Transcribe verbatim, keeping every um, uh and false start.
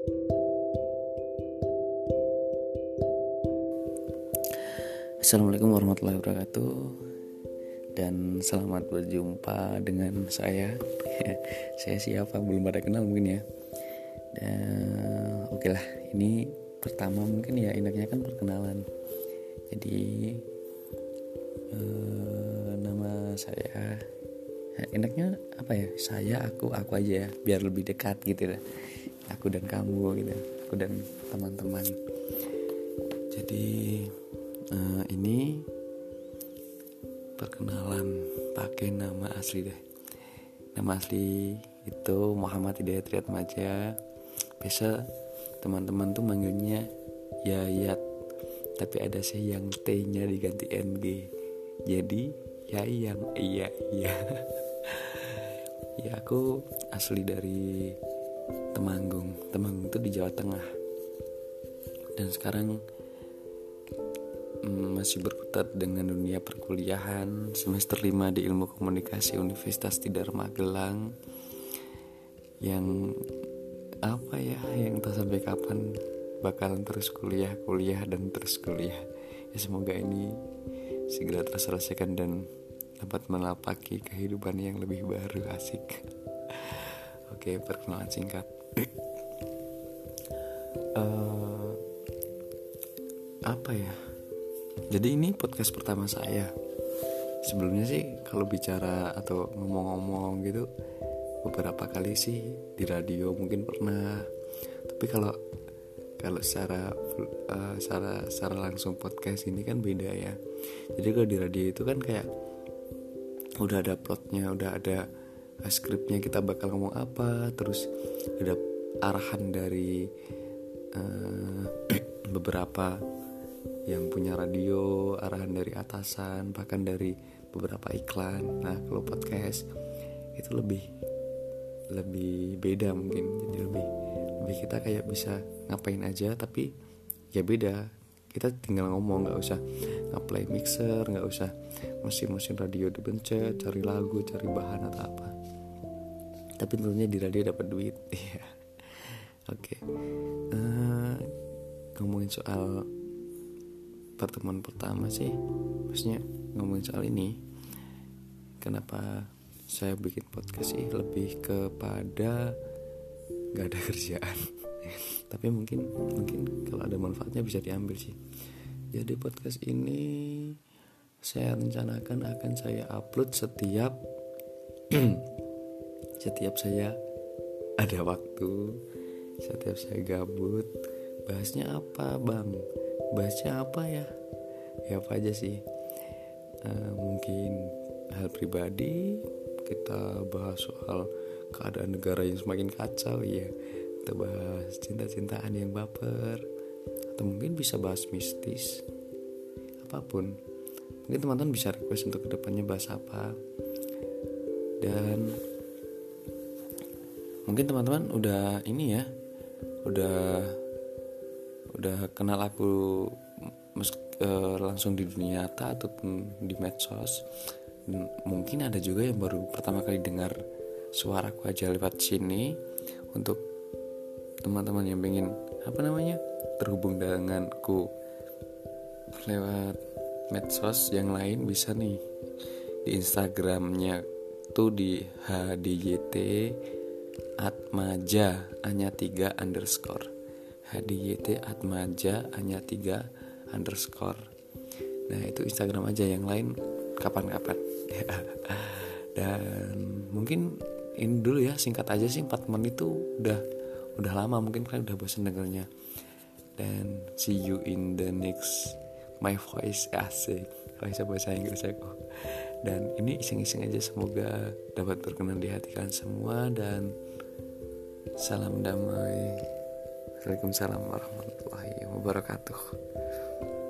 Assalamualaikum warahmatullahi wabarakatuh. Dan selamat berjumpa dengan saya. Saya siapa? Belum pada kenal mungkin ya. Dan oke lah, ini pertama mungkin ya enaknya kan perkenalan. Jadi eh, nama saya enaknya apa ya? Saya, aku, aku aja ya, biar lebih dekat gitu lah. Aku dan kamu gitu, aku dan teman-teman. Jadi uh, ini perkenalan pakai nama asli deh. Nama asli itu Muhammad Hidayat Riyatmaja. Biasa teman-teman tuh manggilnya Yayat, tapi ada sih yang T-nya diganti N G. Jadi Yayang, iya iya. Ya aku asli dari Temanggung. Temanggung itu di Jawa Tengah. Dan sekarang masih berkutat dengan dunia perkuliahan semester lima di Ilmu Komunikasi Universitas Tidar Magelang, yang apa ya yang tak sampai kapan bakalan terus kuliah kuliah dan terus kuliah ya. Semoga ini segera terselesaikan dan dapat menapaki kehidupan yang lebih baru. Asik. Oke, perkenalan singkat. uh, apa ya Jadi ini podcast pertama saya. Sebelumnya sih kalau bicara atau ngomong-ngomong gitu beberapa kali sih di radio mungkin pernah. Tapi kalau kalau secara uh, secara secara langsung podcast ini kan beda ya. Jadi kalau di radio itu kan kayak udah ada plotnya, udah ada skripnya, kita bakal ngomong apa, terus ada arahan dari uh, beberapa yang punya radio, arahan dari atasan, bahkan dari beberapa iklan. Nah kalau podcast itu lebih lebih beda mungkin. Jadi lebih lebih kita kayak bisa ngapain aja, tapi ya beda. Kita tinggal ngomong, nggak usah nge-play mixer, nggak usah mesin-mesin radio dipencet, cari lagu, cari bahan atau apa. Tapi tentunya di radio dapat duit. Iya. Oke. Uh, ngomongin soal pertemuan pertama sih, maksudnya ngomongin soal ini, kenapa saya bikin podcast sih lebih kepada gak ada kerjaan. Tapi mungkin mungkin kalau ada manfaatnya bisa diambil sih. Jadi podcast ini saya rencanakan akan saya upload setiap setiap saya ada waktu, setiap saya gabut. Bahasnya apa bang? Bahasnya apa ya? Ya apa aja sih? Uh, mungkin hal pribadi, kita bahas soal keadaan negara yang semakin kacau ya. Kita bahas cinta-cintaan yang baper, atau mungkin bisa bahas mistis. Apapun. Mungkin teman-teman bisa request untuk kedepannya bahas apa. Dan mungkin teman-teman udah ini ya, udah udah kenal aku mes- uh, langsung di dunia nyata ataupun di medsos. Dan mungkin ada juga yang baru pertama kali dengar suaraku aja lewat sini. Untuk teman-teman yang pengen apa namanya terhubung denganku lewat medsos yang lain, bisa nih di Instagramnya tuh di h d y t atmaja hanya tiga underscore H D Y T atmaja hanya tiga underscore. Nah itu Instagram aja, yang lain kapan-kapan. Dan mungkin ini dulu ya, singkat aja sih, empat menit itu udah udah lama, mungkin kalian udah bosan dengarnya. Dan see you in the next my voice. Asik, bahasa bahasa Inggris aku. Dan ini iseng-iseng aja, semoga dapat berkenan di hati kalian semua. Dan salam damai. Waalaikumsalam warahmatullahi wabarakatuh.